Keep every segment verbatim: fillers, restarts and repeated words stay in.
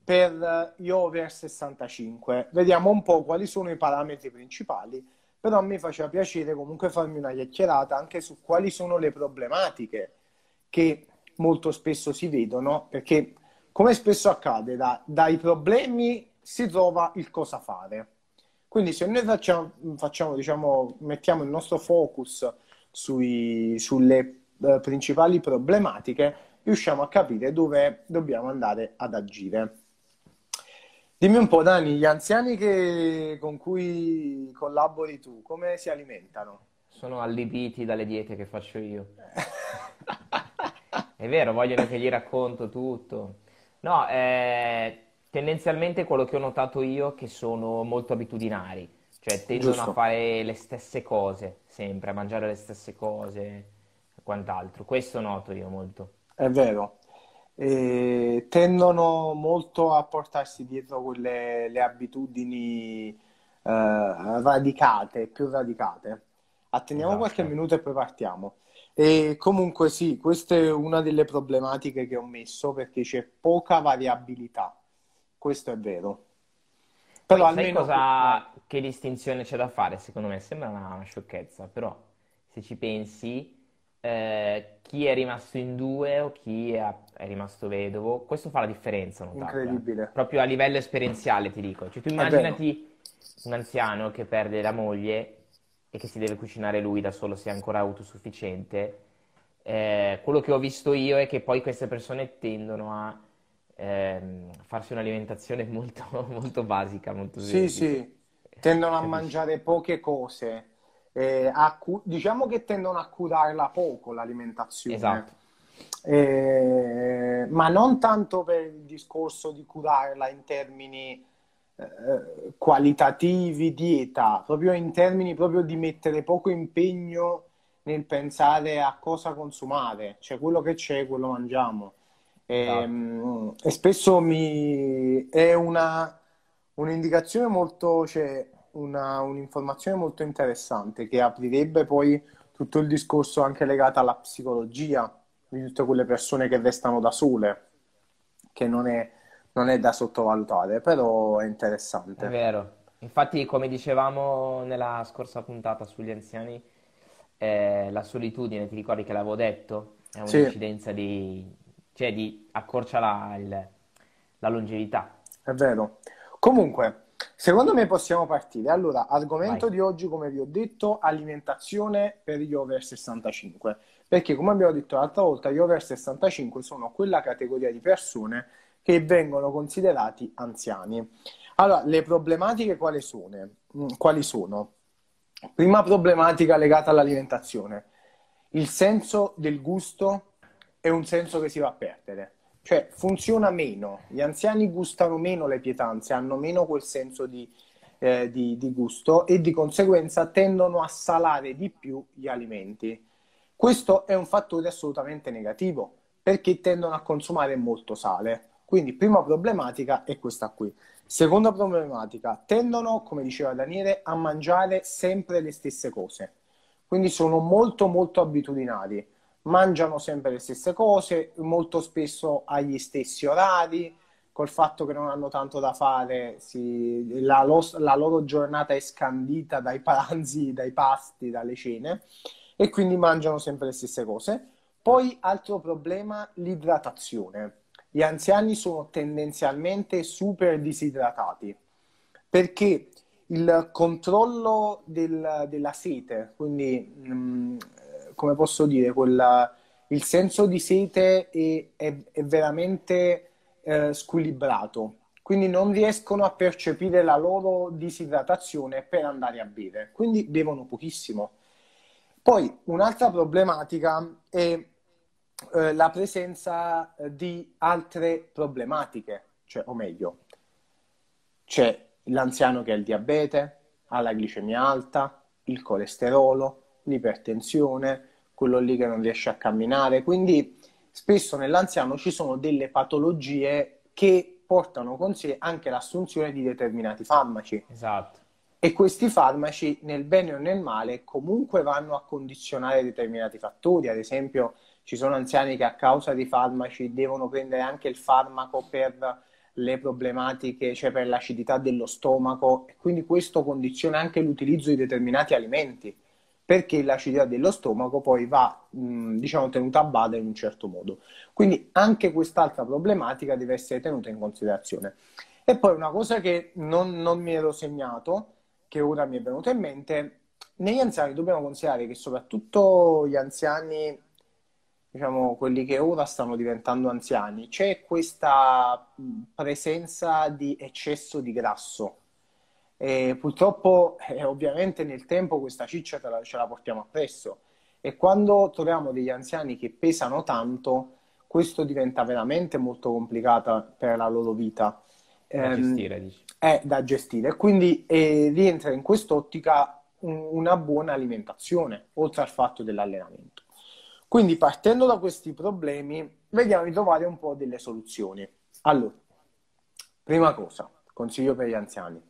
per gli over sessantacinque. Vediamo un po' quali sono i parametri principali, però a me faceva piacere comunque farmi una chiacchierata anche su quali sono le problematiche che molto spesso si vedono, perché come spesso accade, da- dai problemi si trova il cosa fare. Quindi se noi facciamo, facciamo, diciamo, mettiamo il nostro focus sui- sulle eh, principali problematiche, riusciamo a capire dove dobbiamo andare ad agire. Dimmi un po', Dani, gli anziani che- con cui collabori tu, come si alimentano? Sono allibiti dalle diete che faccio io. È vero, vogliono che gli racconto tutto. No, eh, tendenzialmente quello che ho notato io è che sono molto abitudinari, cioè tendono a Giusto, fare le stesse cose, sempre, a mangiare le stesse cose e quant'altro. Questo noto io molto. è vero. E tendono molto a portarsi dietro quelle le abitudini eh, radicate, più radicate. Atteniamo qualche Esatto. minuto e poi partiamo. E comunque sì, questa è una delle problematiche che ho messo perché c'è poca variabilità. Questo è vero. Però Poi sai almeno... Vai. cosa, che distinzione c'è da fare? Secondo me sembra una, una sciocchezza, però se ci pensi, eh, chi è rimasto in due o chi è, è rimasto vedovo, questo fa la differenza, ho notato, eh. Incredibile. Proprio a livello esperienziale ti dico. Cioè tu È vero. immaginati un anziano che perde la moglie e che si deve cucinare lui da solo se è ancora autosufficiente. Eh, quello che ho visto io è che poi queste persone tendono a ehm, farsi un'alimentazione molto, molto basica, molto Sì, semplice. sì, tendono a Capisci? mangiare poche cose. Eh, a cu- diciamo che tendono a curarla poco l'alimentazione. Esatto. Eh, ma non tanto per il discorso di curarla in termini eh, qualitativi, dieta, proprio in termini proprio di mettere poco impegno nel pensare a cosa consumare, cioè quello che c'è, quello mangiamo. Esatto. Ehm, E, spesso mi è una, un'indicazione molto, cioè una- un'informazione molto interessante che aprirebbe poi tutto il discorso anche legato alla psicologia di tutte quelle persone che restano da sole, che non è, non è da sottovalutare, però è È interessante. vero. Infatti, come dicevamo nella scorsa puntata sugli anziani, eh, la solitudine, ti ricordi che l'avevo detto? È Sì, un'incidenza di, cioè di accorcia la, il- la longevità. è vero. Comunque, secondo me possiamo partire. Allora, Vai. argomento di oggi, come vi ho detto, alimentazione per gli over sessantacinque. Perché, come abbiamo detto l'altra volta, gli over sessantacinque sono quella categoria di persone che vengono considerati anziani. Allora, le problematiche quali sono? Mm, Quali sono? Prima problematica legata all'alimentazione. Il senso del gusto è un senso che si va a perdere, cioè funziona meno, gli anziani gustano meno le pietanze, hanno meno quel senso di, eh, di- di gusto e di conseguenza tendono a salare di più gli alimenti. Questo è un fattore assolutamente negativo perché tendono a consumare molto sale. Quindi, prima problematica è questa qui. Seconda problematica, tendono, come diceva Daniele, a mangiare sempre le stesse cose. Quindi sono molto molto abitudinari, mangiano sempre le stesse cose, molto spesso agli stessi orari, col fatto che non hanno tanto da fare, si- la, lo- la loro giornata è scandita dai pranzi, dai pasti, dalle cene e quindi mangiano sempre le stesse cose. Poi, altro problema, l'idratazione. Gli anziani sono tendenzialmente super disidratati perché il controllo del- della sete, quindi mh, come posso dire, quella- il senso di sete è, è- è veramente eh, squilibrato, quindi non riescono a percepire la loro disidratazione per andare a bere, quindi bevono pochissimo. Poi un'altra problematica è eh, la presenza eh, di altre problematiche, cioè, o meglio, c'è l'anziano che ha il diabete, ha la glicemia alta, il colesterolo, l'ipertensione, quello lì che non riesce a camminare. Quindi spesso nell'anziano ci sono delle patologie che portano con sé anche l'assunzione di determinati farmaci. Esatto. E questi farmaci, nel bene o nel male, comunque vanno a condizionare determinati fattori. Ad esempio, ci sono anziani che a causa di farmaci devono prendere anche il farmaco per le problematiche, cioè per l'acidità dello stomaco, e quindi questo condiziona anche l'utilizzo di determinati alimenti, perché l'acidità dello stomaco poi va, mh, diciamo, tenuta a bada in un certo modo. Quindi anche quest'altra problematica deve essere tenuta in considerazione. E poi una cosa che non, non mi ero segnato, che ora mi è venuta in mente, negli anziani dobbiamo considerare che soprattutto gli anziani, diciamo quelli che ora stanno diventando anziani, c'è questa mh, presenza di eccesso di grasso. E purtroppo, eh, ovviamente, nel tempo questa ciccia te la- ce la portiamo appresso. E quando troviamo degli anziani che pesano tanto, questo diventa veramente molto complicato per la loro vita. Da Ehm, gestire, dici. è da gestire. Quindi eh, rientra in quest'ottica un- una buona alimentazione, oltre al fatto dell'allenamento. Quindi, partendo da questi problemi, vediamo di trovare un po' delle soluzioni. Allora, prima cosa, consiglio per gli anziani.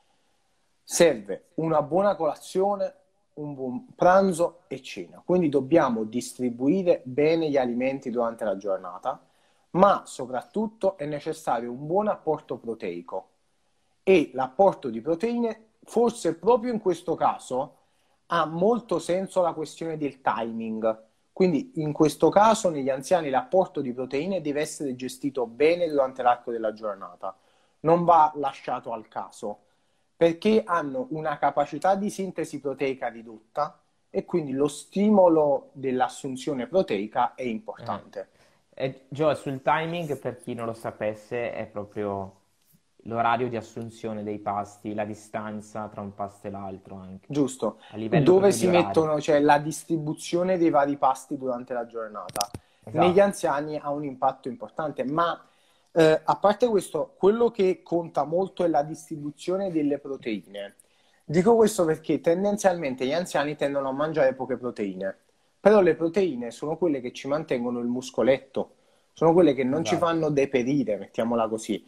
Serve una buona colazione, un buon pranzo e cena. Quindi dobbiamo distribuire bene gli alimenti durante la giornata, ma soprattutto è necessario un buon apporto proteico. E l'apporto di proteine, forse proprio in questo caso, ha molto senso la questione del timing. Quindi in questo caso negli anziani l'apporto di proteine deve essere gestito bene durante l'arco della giornata, non va lasciato al caso, perché hanno una capacità di sintesi proteica ridotta e quindi lo stimolo dell'assunzione proteica è Eh. importante. E, Gio, sul timing, per chi non lo sapesse, è proprio l'orario di assunzione dei pasti, la distanza tra un pasto e l'altro anche, Giusto, a livello dove proprio di si orari. mettono, cioè la distribuzione dei vari pasti durante la giornata. Negli Esatto. anziani ha un impatto importante, ma eh, a parte questo, quello che conta molto è la distribuzione delle proteine. Dico questo perché tendenzialmente gli anziani tendono a mangiare poche proteine, però le proteine sono quelle che ci mantengono il muscoletto, sono quelle che non ci Esatto. fanno deperire, mettiamola così.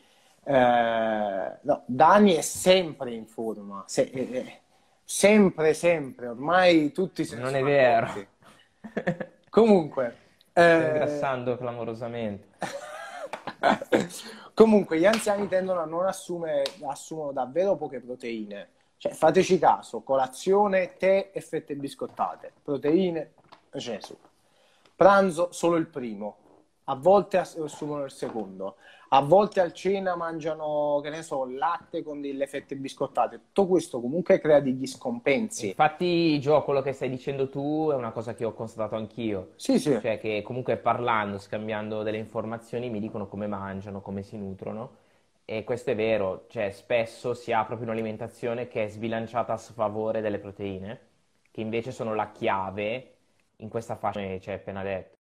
Eh, no, Dani è sempre in forma, se- eh, eh, sempre, sempre, ormai tutti se ne Non è sono vero. accorti. Comunque, Sto eh, ingrassando clamorosamente. comunque, gli anziani tendono a non assumere, assumono davvero poche proteine. Cioè, fateci caso, colazione, tè e fette biscottate, proteine, non ce ne sono. Pranzo solo il primo, a volte ass- assumono il secondo, a volte al cena mangiano, che ne so, latte con delle fette biscottate. Tutto questo comunque crea degli scompensi. Infatti, Gio, quello che stai dicendo tu è una cosa che ho constatato anch'io. Sì, sì. Cioè che comunque parlando, scambiando delle informazioni, mi dicono come mangiano, come si nutrono. E questo è vero, cioè spesso si ha proprio un'alimentazione che è sbilanciata a sfavore delle proteine, che invece sono la chiave in questa fascia, come ci hai appena detto.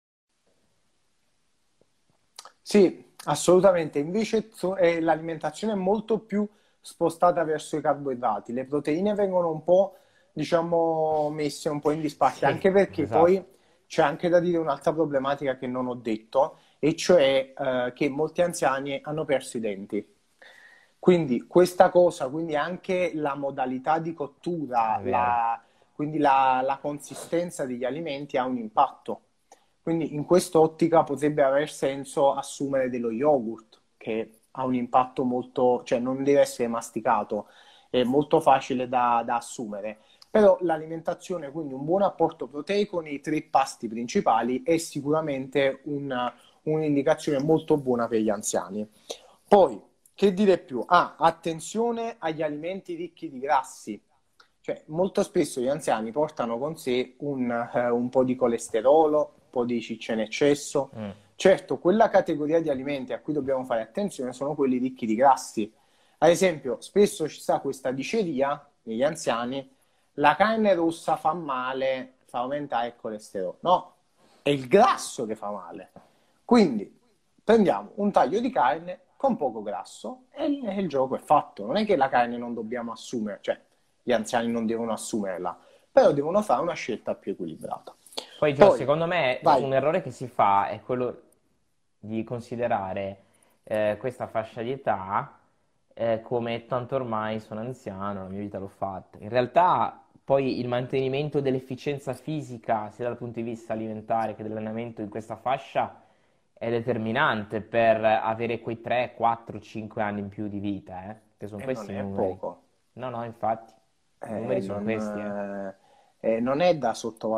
Sì, assolutamente. Invece so- eh, l'alimentazione è molto più spostata verso i carboidrati. Le proteine vengono un po', diciamo, messe un po' in disparte, Sì, anche perché esatto. poi c'è anche da dire un'altra problematica che non ho detto, e cioè eh, che molti anziani hanno perso i denti. Quindi questa cosa, quindi anche la modalità di cottura, È vero. la- quindi la, la consistenza degli alimenti ha un impatto. Quindi in quest'ottica potrebbe aver senso assumere dello yogurt, che ha un impatto molto, cioè non deve essere masticato, è molto facile da, da assumere. Però l'alimentazione, quindi un buon apporto proteico nei tre pasti principali, è sicuramente una- un'indicazione molto buona per gli anziani. Poi, che dire più? Ah, attenzione agli alimenti ricchi di grassi. Cioè, molto spesso gli anziani portano con sé un, eh, un po' di colesterolo, un po' di ciccia in eccesso. Mm. Certo, quella categoria di alimenti a cui dobbiamo fare attenzione sono quelli ricchi di grassi. Ad esempio, spesso ci sta questa diceria negli anziani: la carne rossa fa male, fa aumentare il colesterolo. No, è il grasso che fa male. Quindi prendiamo un taglio di carne con poco grasso e il, e il gioco è fatto. Non è che la carne non dobbiamo assumere, cioè gli anziani non devono assumerla, però devono fare una scelta più equilibrata. Poi, Gio, Poi, secondo me vai. un errore che si fa è quello di considerare eh, questa fascia di età eh, come tanto ormai sono anziano, la mia vita l'ho fatta. In realtà, poi il mantenimento dell'efficienza fisica, sia dal punto di vista alimentare che dell'allenamento in questa fascia, è determinante per avere quei tre, quattro, cinque anni in più di vita, eh? Che sono E non questi i è numeri. poco. No, no, infatti, i Eh, numeri sono non, questi, eh. eh, eh, non è da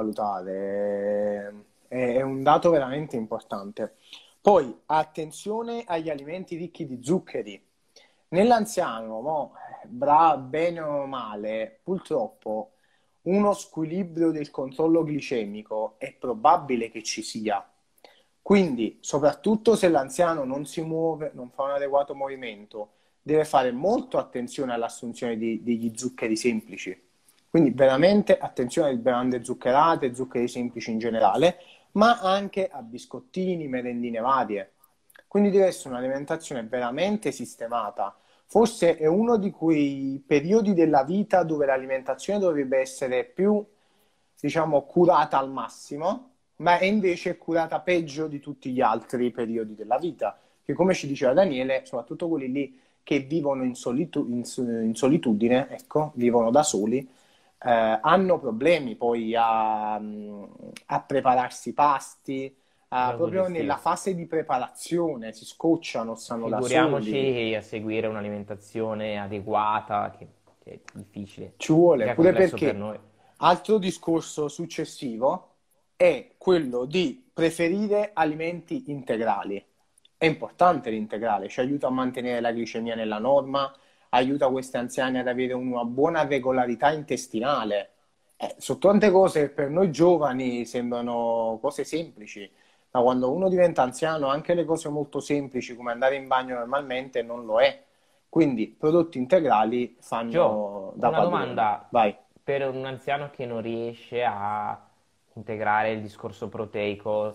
sottovalutare, è, è un dato veramente importante. Poi, attenzione agli alimenti ricchi di zuccheri. Nell'anziano, mo, bra- bene o male, purtroppo uno squilibrio del controllo glicemico è probabile che ci sia. Quindi, soprattutto se l'anziano non si muove, non fa un adeguato movimento, deve fare molto attenzione all'assunzione di- degli zuccheri semplici. Quindi veramente attenzione alle bevande zuccherate, zuccheri semplici in generale, ma anche a biscottini, merendine varie. Quindi deve essere un'alimentazione veramente sistemata. Forse è uno di quei periodi della vita dove l'alimentazione dovrebbe essere più, diciamo, curata al massimo, ma è invece curata peggio di tutti gli altri periodi della vita. Che come ci diceva Daniele, soprattutto quelli lì che vivono in, solitu- in, in solitudine, ecco, vivono da soli, eh, hanno problemi poi a, a prepararsi i pasti, Ad a- proprio nella autogestirsi. fase di preparazione, si scocciano, stanno da soli, Figuriamoci a seguire un'alimentazione adeguata, che, che è difficile, ci che vuole, è pure complesso per perché noi. altro discorso successivo è quello di preferire alimenti integrali. È importante l'integrale, ci aiuta a mantenere la glicemia nella norma, aiuta questi anziani ad avere una buona regolarità intestinale. Eh, sono tante cose che per noi giovani sembrano cose semplici, ma quando uno diventa anziano anche le cose molto semplici come andare in bagno normalmente non lo è. Quindi prodotti integrali Gio, fanno da una padroni. domanda Vai. per un anziano che non riesce a integrare il discorso proteico,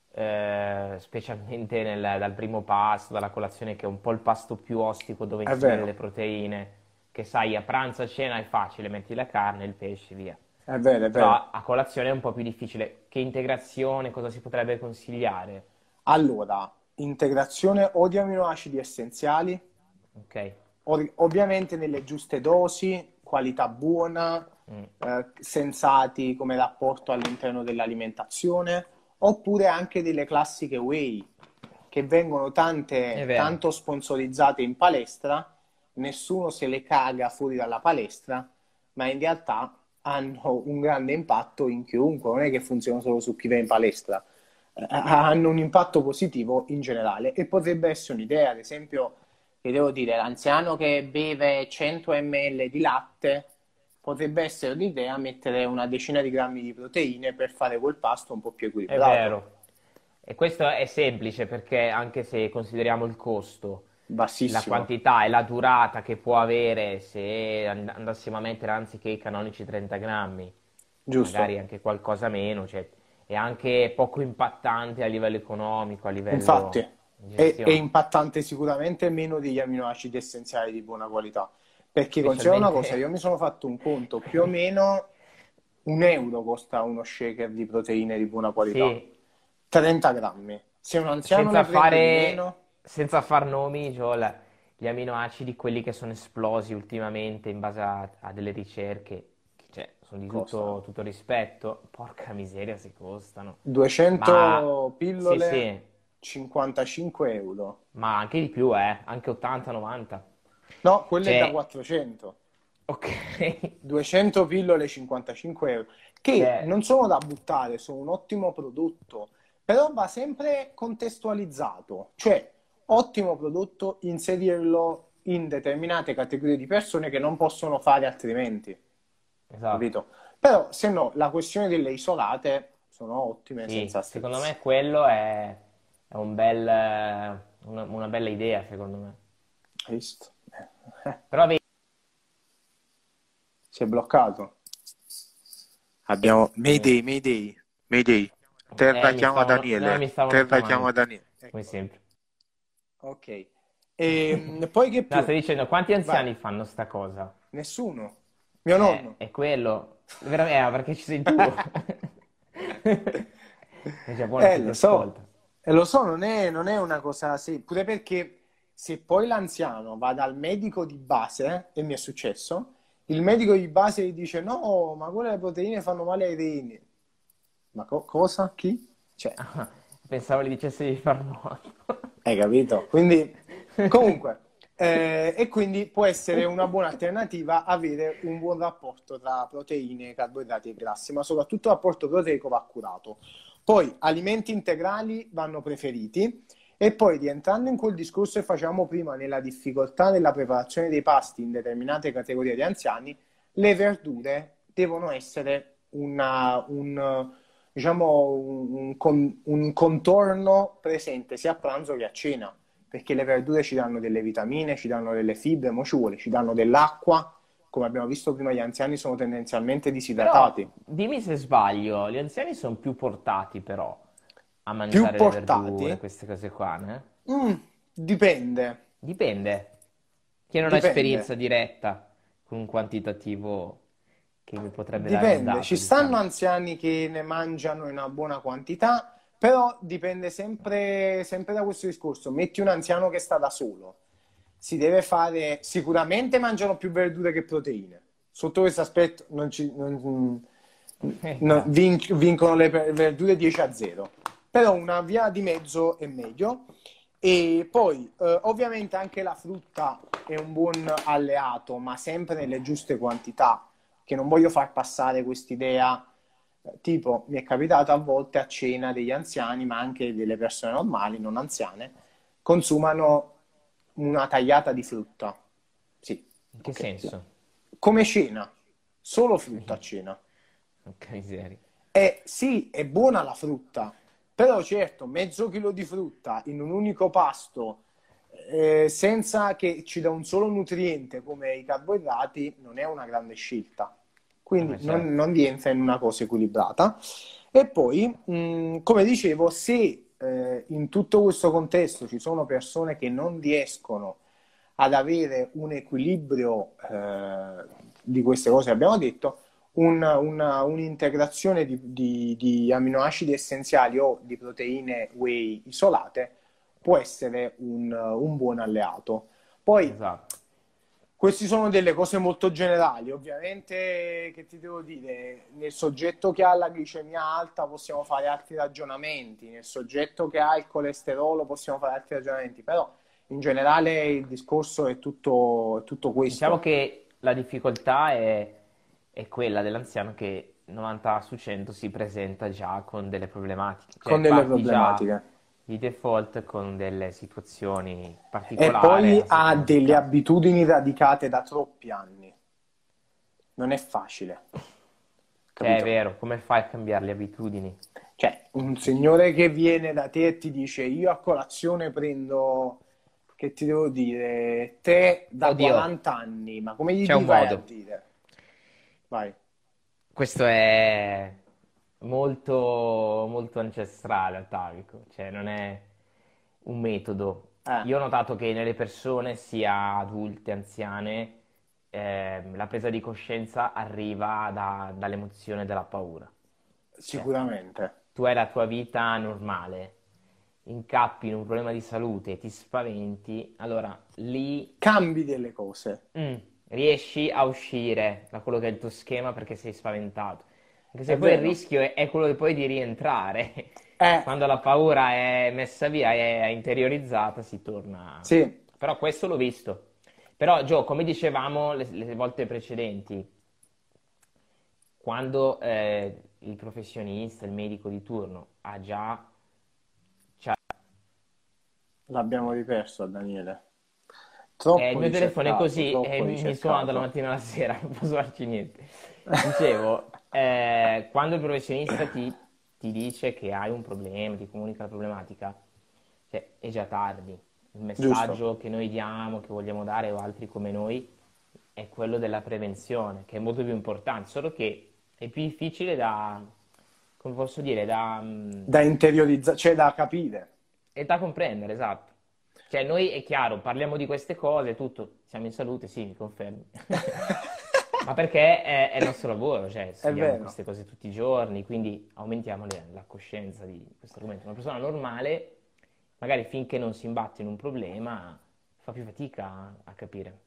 eh, specialmente nel- dal primo pasto, dalla colazione, che è un po' il pasto più ostico dove È inserire le vero, proteine, che sai, a pranzo, a cena è facile, metti la carne, il pesce, via. è vero, è vero. Però a colazione è un po' più difficile. Che integrazione, cosa si potrebbe consigliare? Allora, integrazione o di aminoacidi essenziali, Ok. ov- ovviamente nelle giuste dosi, qualità buona, Mm. eh, sensati come rapporto all'interno dell'alimentazione, oppure anche delle classiche whey che vengono È tante, vero. tanto sponsorizzate in palestra, nessuno se le caga fuori dalla palestra, ma in realtà hanno un grande impatto in chiunque, non è che funzionano solo su chi va in palestra, eh, hanno un impatto positivo in generale e potrebbe essere un'idea, ad esempio, che devo dire, l'anziano che beve cento millilitri di latte, potrebbe essere un'idea mettere una decina di grammi di proteine per fare quel pasto un po' più È equilibrato, vero. E questo è semplice perché anche se consideriamo il costo, la bassissimo, quantità e la durata che può avere se and- andassimo a mettere anziché i canonici trenta grammi, magari giusto? anche qualcosa meno, cioè è anche poco impattante a livello economico, a Infatti, livello di è, è gestione, impattante sicuramente meno degli amminoacidi essenziali di buona qualità. Perché considera una cosa, io specialmente mi sono fatto un conto, più o meno un euro costa uno shaker di proteine di buona qualità, sì, trenta grammi. Se un anziano senza ne prende di fare, meno, senza far nomi, Joel, gli aminoacidi, quelli che sono esplosi ultimamente in base a, a delle ricerche, che, cioè, sono di tutto, costano tutto rispetto, porca miseria se costano. Ma duecento sì, pillole, sì, cinquantacinque euro. ma anche di più, eh, anche ottanta novanta. No, quello è da Cioè, quattrocento. ok, duecento pillole, cinquantacinque euro, che cioè, non sono da buttare, sono un ottimo prodotto, però va sempre contestualizzato, cioè ottimo prodotto inserirlo in determinate categorie di persone che non possono fare altrimenti, esatto. capito? Però se no, la questione delle isolate sono ottime Sì, senza secondo stress. me quello è, è un bel, una, una bella idea, secondo me. Hai visto? Eh, Però vedi, si è bloccato. Abbiamo Mayday, Mayday, Mayday. Terra eh, mi chiama stavano, eh, mi Daniele. stavano Terra chiama chiamando, Daniele. come Ecco. sempre. Ok. E poi che No, più? sto dicendo, quanti Vai, anziani fanno sta cosa? nessuno. Mio Eh, nonno. è quello. Veramente, eh, perché ci sei tu. È già buono Eh, che ti lo so. ascolta. E lo so, non è, non è una cosa sì, pure perché se poi l'anziano va dal medico di base, e mi è successo, il medico di base gli dice no, ma quelle proteine fanno male ai reni. Ma co- cosa? Chi? Cioè, Pensavo le dicesse di far nuoto. Hai capito? Quindi, comunque, eh, e quindi può essere una buona alternativa avere un buon rapporto tra proteine, carboidrati e grassi, ma soprattutto il rapporto proteico va curato. Poi, alimenti integrali vanno preferiti e poi, rientrando in quel discorso che facevamo prima nella difficoltà nella preparazione dei pasti in determinate categorie di anziani, le verdure devono essere una, un diciamo, un, un, un contorno presente sia a pranzo che a cena, perché le verdure ci danno delle vitamine, ci danno delle fibre, mo ci vuole, ci danno dell'acqua, come abbiamo visto prima gli anziani sono tendenzialmente Però disidratati. dimmi se sbaglio, gli anziani sono più portati però a Più mangiare le verdure, portati? queste cose qua, né? Mm, dipende, Dipende. Chi non ha dipende. esperienza diretta con un quantitativo che mi potrebbe dare un Dipende, ci dato, stanno diciamo. anziani che ne mangiano in una buona quantità, però dipende sempre, sempre da questo discorso. Metti un anziano che sta da solo, si deve fare, sicuramente mangiano più verdure che proteine. Sotto questo aspetto non ci, non- non- Esatto. vin- vincono le per- verdure dieci a zero, però una via di mezzo è meglio. E poi, eh, ovviamente, anche la frutta è un buon alleato, ma sempre nelle giuste quantità, che non voglio far passare quest'idea, eh, tipo, mi è capitato a volte a cena degli anziani, ma anche delle persone normali, non anziane, consumano una tagliata di frutta. Sì, In che ok. senso? Come cena, solo frutta a cena. Porca miseria. E sì, è buona la frutta, però certo, mezzo chilo di frutta in un unico pasto, eh, senza che ci dà un solo nutriente come i carboidrati, non è una grande scelta. Vabbè, Quindi non, certo. non rientra in una cosa equilibrata. E poi, mh, come dicevo, se eh, in tutto questo contesto ci sono persone che non riescono ad avere un equilibrio eh, di queste cose che abbiamo detto, un- una- un'integrazione di, di- di aminoacidi essenziali o di proteine whey isolate può essere un, un buon alleato. Poi, Esatto. queste sono delle cose molto generali, ovviamente, che ti devo dire, nel soggetto che ha la glicemia alta possiamo fare altri ragionamenti, nel soggetto che ha il colesterolo possiamo fare altri ragionamenti, però in generale il discorso è tutto, è tutto Diciamo questo, che la difficoltà è, è quella dell'anziano che novanta su cento si presenta già con delle problematiche, cioè con delle parti già problematiche. di default con delle situazioni E particolari poi a ha seconda del delle caso. abitudini radicate da troppi anni. Non è facile, Cioè è capito? vero, come fai a cambiare le abitudini? Cioè, un signore che viene da te e ti dice io a colazione prendo, che ti devo dire, te da Oddio, quaranta anni, ma come gli c'è un di vai a modo. dire? Vai. Questo è molto, molto ancestrale, atavico, cioè non è un metodo. Eh, Io ho notato che nelle persone, sia adulte, anziane, ehm, la presa di coscienza arriva da- dall'emozione della paura. Cioè, sicuramente. tu hai la tua vita normale, incappi in un problema di salute e ti spaventi, allora lì Cambi delle cose. mm, riesci a uscire da quello che è il tuo schema perché sei spaventato. Anche se È poi il vero. rischio è, è quello di poi di rientrare. Eh, Quando la paura è messa via, è interiorizzata, si torna. sì, Però questo l'ho visto. Però, Gio, come dicevamo le, le volte precedenti, quando eh, il professionista, il medico di turno ha già, c'ha- l'abbiamo riperso a Daniele. eh, il Troppo mio telefono è ricercato, così e troppo mi suona dalla ricercato. mattina alla sera, non posso farci niente. Dicevo, eh, quando il professionista ti, ti dice che hai un problema, ti comunica la problematica, cioè, è già tardi. Il Giusto. messaggio che noi diamo, che vogliamo dare o altri come noi, è quello della prevenzione, che è molto più importante, solo che è più difficile da, come posso dire, da, mm, Da interiorizzare, cioè da capire. è da comprendere, esatto. Cioè, noi è chiaro, parliamo di queste cose, tutto, siamo in salute, sì, mi confermi. Ma perché è, è il nostro lavoro, cioè È studiamo vero. queste cose tutti i giorni, quindi aumentiamo le- la coscienza di questo argomento. Una persona normale, magari finché non si imbatte in un problema, fa più fatica a, a capire.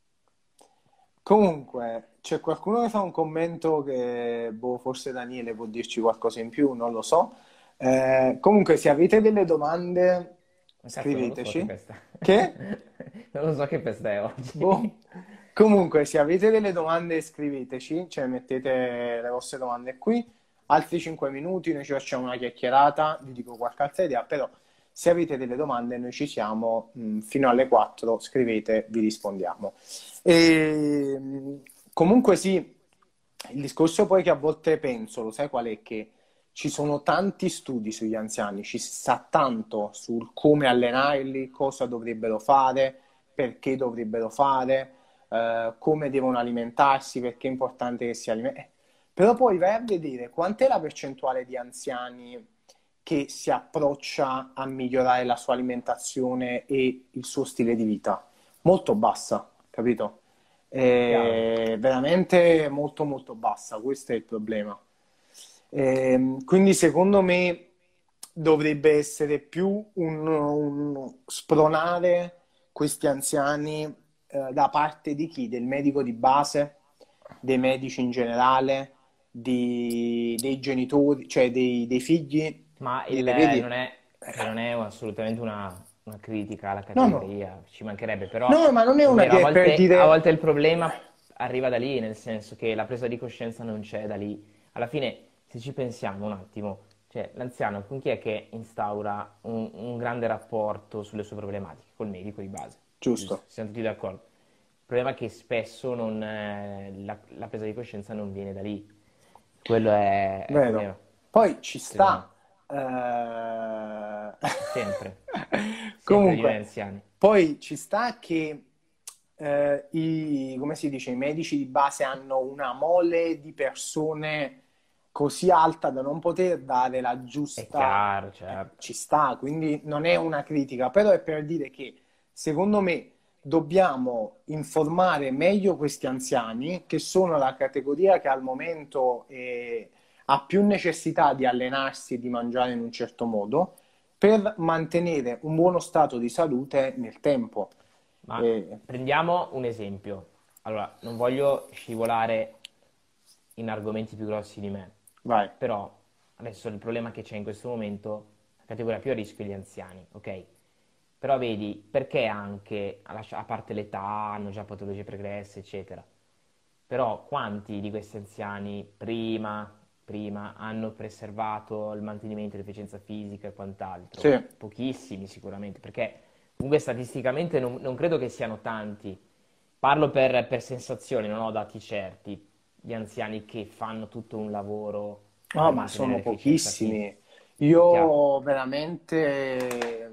Comunque, c'è qualcuno che fa un commento che, boh, forse Daniele può dirci qualcosa in più, non lo so. Eh, comunque, se avete delle domande, Cazzo, non lo so che scriveteci. festa. Che? Non lo so che festa è oggi. Boh. Comunque, se avete delle domande, scriveteci, cioè mettete le vostre domande qui. Altri cinque minuti, noi ci facciamo una chiacchierata, vi dico qualche altra idea, però se avete delle domande, noi ci siamo mh, fino alle quattro, scrivete, vi rispondiamo. E, mh, comunque sì, il discorso poi che a volte penso, lo sai qual è? Che ci sono tanti studi sugli anziani, ci si sa tanto sul come allenarli, cosa dovrebbero fare, perché dovrebbero fare, eh, come devono alimentarsi, perché è importante che si alimentino. Però poi vai a vedere quant'è la percentuale di anziani che si approccia a migliorare la sua alimentazione e il suo stile di vita. Molto bassa, capito? Chiaro. È veramente molto molto bassa, questo è il problema. Ehm, quindi secondo me dovrebbe essere più un, un spronare questi anziani eh, da parte di chi? Del medico di base, dei medici in generale, di- dei genitori, cioè dei, dei figli. Ma il, Dire, vedi? non è, cioè non è assolutamente una, una critica alla No, no, categoria, ci mancherebbe, però no, ma non è è una vero, a che è per volte, a dire. volte il problema arriva da lì, nel senso che la presa di coscienza non c'è da lì. Alla fine, se ci pensiamo un attimo, cioè l'anziano con chi è che instaura un, un grande rapporto sulle sue problematiche? Col medico di base, giusto? Giusto, Siamo tutti d'accordo. Il problema è che spesso non, eh, la, la presa di coscienza non viene da lì. Quello è, è il vero. problema, Poi ci secondo me. sta. eh, Sempre, sempre di noi Comunque, anziani. poi ci sta che eh, i, come si dice, i medici di base hanno una mole di persone così alta da non poter dare la È giusta. chiaro, eh, certo. ci sta, quindi non è una critica, però è per dire che secondo me dobbiamo informare meglio questi anziani, che sono la categoria che al momento eh, ha più necessità di allenarsi e di mangiare in un certo modo per mantenere un buono stato di salute nel tempo. Ma Eh, prendiamo un esempio. Allora, non voglio scivolare in argomenti più grossi di me, vai. però adesso il problema che c'è in questo momento, la categoria più a rischio è gli anziani, ok? Però vedi, perché anche, a lascia- a parte l'età, hanno già patologie pregresse, eccetera. Però quanti di questi anziani prima, prima hanno preservato il mantenimento dell'efficienza fisica e quant'altro? Sì. Pochissimi sicuramente, perché comunque statisticamente non, non credo che siano tanti. Parlo per, per sensazioni, non ho dati certi. Gli anziani che fanno tutto un lavoro No, per ma mantenere sono l'efficienza fisica. pochissimi. È chiaro. Io veramente,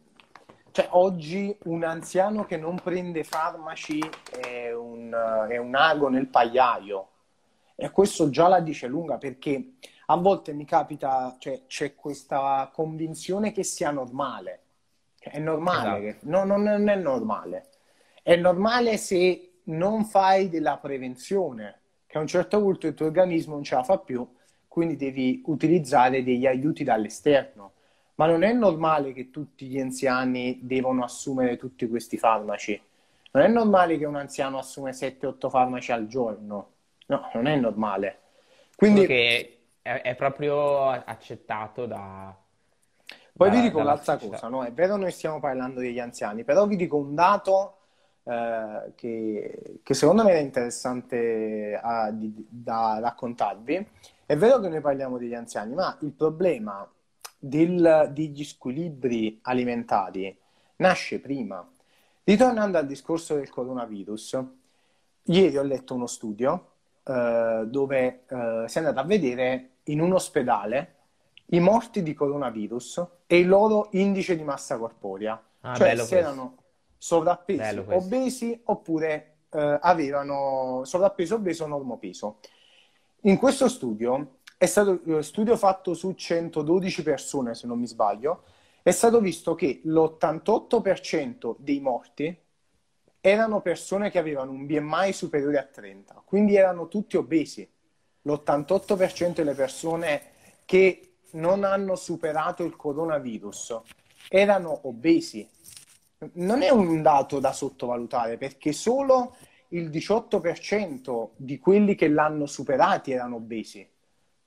cioè oggi un anziano che non prende farmaci è un, è un ago nel pagliaio. E questo già la dice lunga perché a volte mi capita, cioè c'è questa convinzione che sia normale. Cioè, è normale, Esatto. che... no, non non è normale. È normale se non fai della prevenzione, che a un certo punto il tuo organismo non ce la fa più, quindi devi utilizzare degli aiuti dall'esterno. Ma non è normale che tutti gli anziani devono assumere tutti questi farmaci. Non è normale che un anziano assume sette otto farmaci al giorno. No, non è normale. Solo Quindi, che è, è proprio accettato da, poi vi da- dico dalla un'altra società. cosa, no? È vero, noi stiamo parlando degli anziani, però vi dico un dato eh, che, che secondo me è interessante a- di- da raccontarvi. È vero che noi parliamo degli anziani, ma il problema del- degli squilibri alimentari nasce prima. Ritornando al discorso del coronavirus, ieri ho letto uno studio eh, dove eh, si è andato a vedere in un ospedale i morti di coronavirus e il loro indice di massa corporea, Ah, cioè bello se questo. erano sovrappresi, Bello questo. obesi oppure eh, avevano sovrappeso, obeso o normopeso. In questo studio, è stato eh, studio fatto su centododici persone, se non mi sbaglio, è stato visto che l'ottantotto per cento dei morti erano persone che avevano un B M I superiore a trenta, quindi erano tutti obesi. L'ottantotto per cento delle persone che non hanno superato il coronavirus erano obesi. Non è un dato da sottovalutare perché solo il diciotto per cento di quelli che l'hanno superati erano obesi.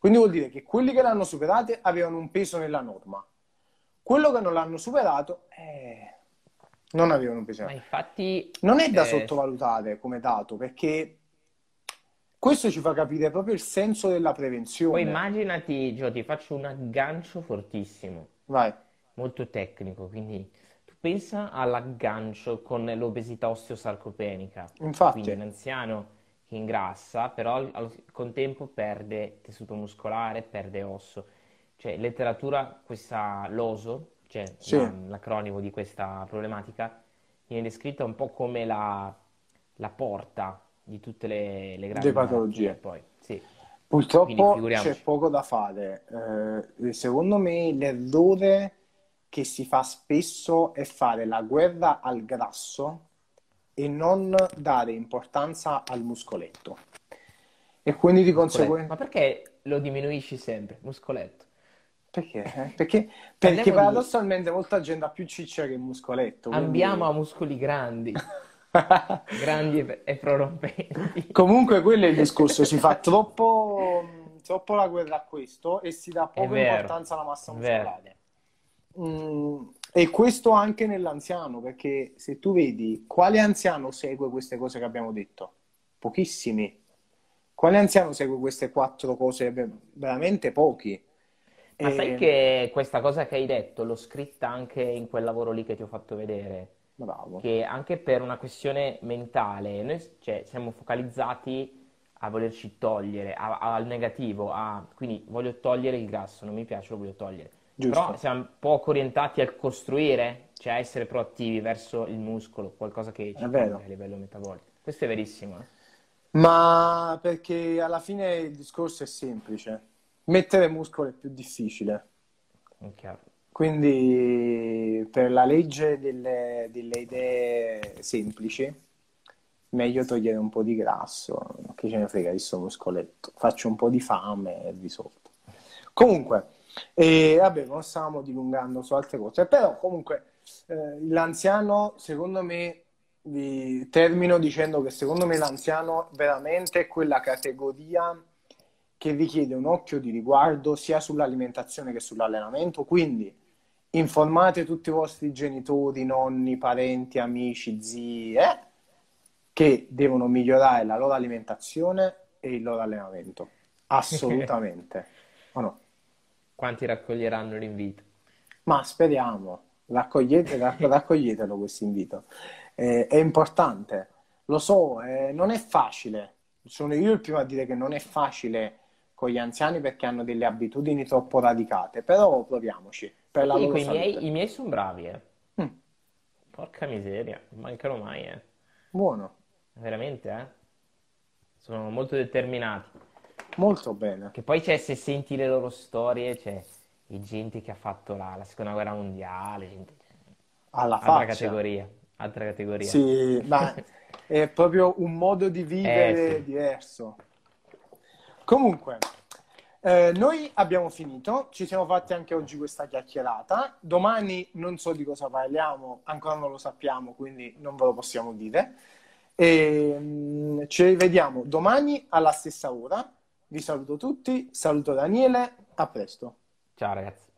Quindi vuol dire che quelli che l'hanno superate avevano un peso nella norma. Quello che non l'hanno superato, eh, non avevano un peso. Ma infatti, Non è da eh, sottovalutare come dato, perché questo ci fa capire proprio il senso della poi prevenzione. immaginati, Gio, ti faccio un aggancio fortissimo, Vai, molto tecnico, quindi tu pensa all'aggancio con l'obesità osteosarcopenica, quindi infatti, un anziano che ingrassa, però al, al contempo perde tessuto muscolare, perde osso. Cioè, in letteratura questa l'oso, cioè la- sì, l'acronimo di questa problematica, viene descritta un po' come la, la porta di tutte le, le le gravi malattie, patologie. poi, sì. Quindi Purtroppo c'è figuriamoci. poco da fare. Eh, secondo me l'errore che si fa spesso è fare la guerra al grasso e non dare importanza al muscoletto. E quindi di Muscoletto. conseguenza... Ma perché lo diminuisci sempre? Muscoletto. Perché? Eh? Perché, perché Parliamo di... paradossalmente molta gente ha più ciccia che muscoletto, Ambiamo quindi... a muscoli grandi, grandi e, e prorompenti. Comunque quello è il discorso, si fa troppo, troppo la guerra a questo e si dà È poca vero, importanza alla massa è vero. muscolare. Mm, e questo anche nell'anziano, perché se tu vedi quale anziano segue queste cose che abbiamo detto? Pochissimi. Quale anziano segue queste quattro cose? Beh, veramente pochi. Ma sai E... che questa cosa che hai detto l'ho scritta anche in quel lavoro lì che ti ho fatto vedere? Bravo, Che anche per una questione mentale, noi cioè, siamo focalizzati a volerci togliere, a- a- al negativo, a, quindi voglio togliere il grasso, non mi piace, lo voglio togliere. Però giusto, siamo poco orientati al costruire, cioè a essere proattivi verso il muscolo, qualcosa che è ci cambia vero. a livello metabolico. Questo è verissimo, eh? Ma perché alla fine il discorso è semplice. Mettere muscolo è più difficile. È chiaro. Quindi per la legge delle, delle idee semplici, meglio togliere un po' di grasso. Che ce ne frega di sto muscoletto. Faccio un po' di fame e risolto. Comunque, eh, vabbè, non stavamo dilungando su altre cose, però comunque eh, l'anziano, secondo me, vi termino dicendo che secondo me l'anziano veramente è quella categoria che richiede un occhio di riguardo sia sull'alimentazione che sull'allenamento, quindi informate tutti i vostri genitori, nonni, parenti, amici, zii, eh, che devono migliorare la loro alimentazione e il loro allenamento. Assolutamente. O no? Quanti raccoglieranno l'invito? Ma speriamo, raccogliete, rac- raccoglietelo questo invito. Eh, è importante, lo so, eh, non è facile. Sono io il primo a dire che non è facile con gli anziani perché hanno delle abitudini troppo radicate, però proviamoci per Io la ti dico, loro i miei, salute. i miei sono bravi, eh. Mm, Porca miseria, non mancano mai, eh. buono, Veramente, eh. Sono molto determinati. molto bene. Che poi c'è, se senti le loro storie, c'è di gente che ha fatto la, la seconda guerra mondiale, gente- Alla altra faccia. categoria, altra categoria. Sì, ma è proprio un modo di Eh vivere sì, diverso. Comunque, eh, noi abbiamo finito, ci siamo fatti anche oggi questa chiacchierata. Domani non so di cosa parliamo, ancora non lo sappiamo, quindi non ve lo possiamo dire. E, mm, ci rivediamo domani alla stessa ora. Vi saluto tutti, saluto Daniele, a presto. ciao ragazzi.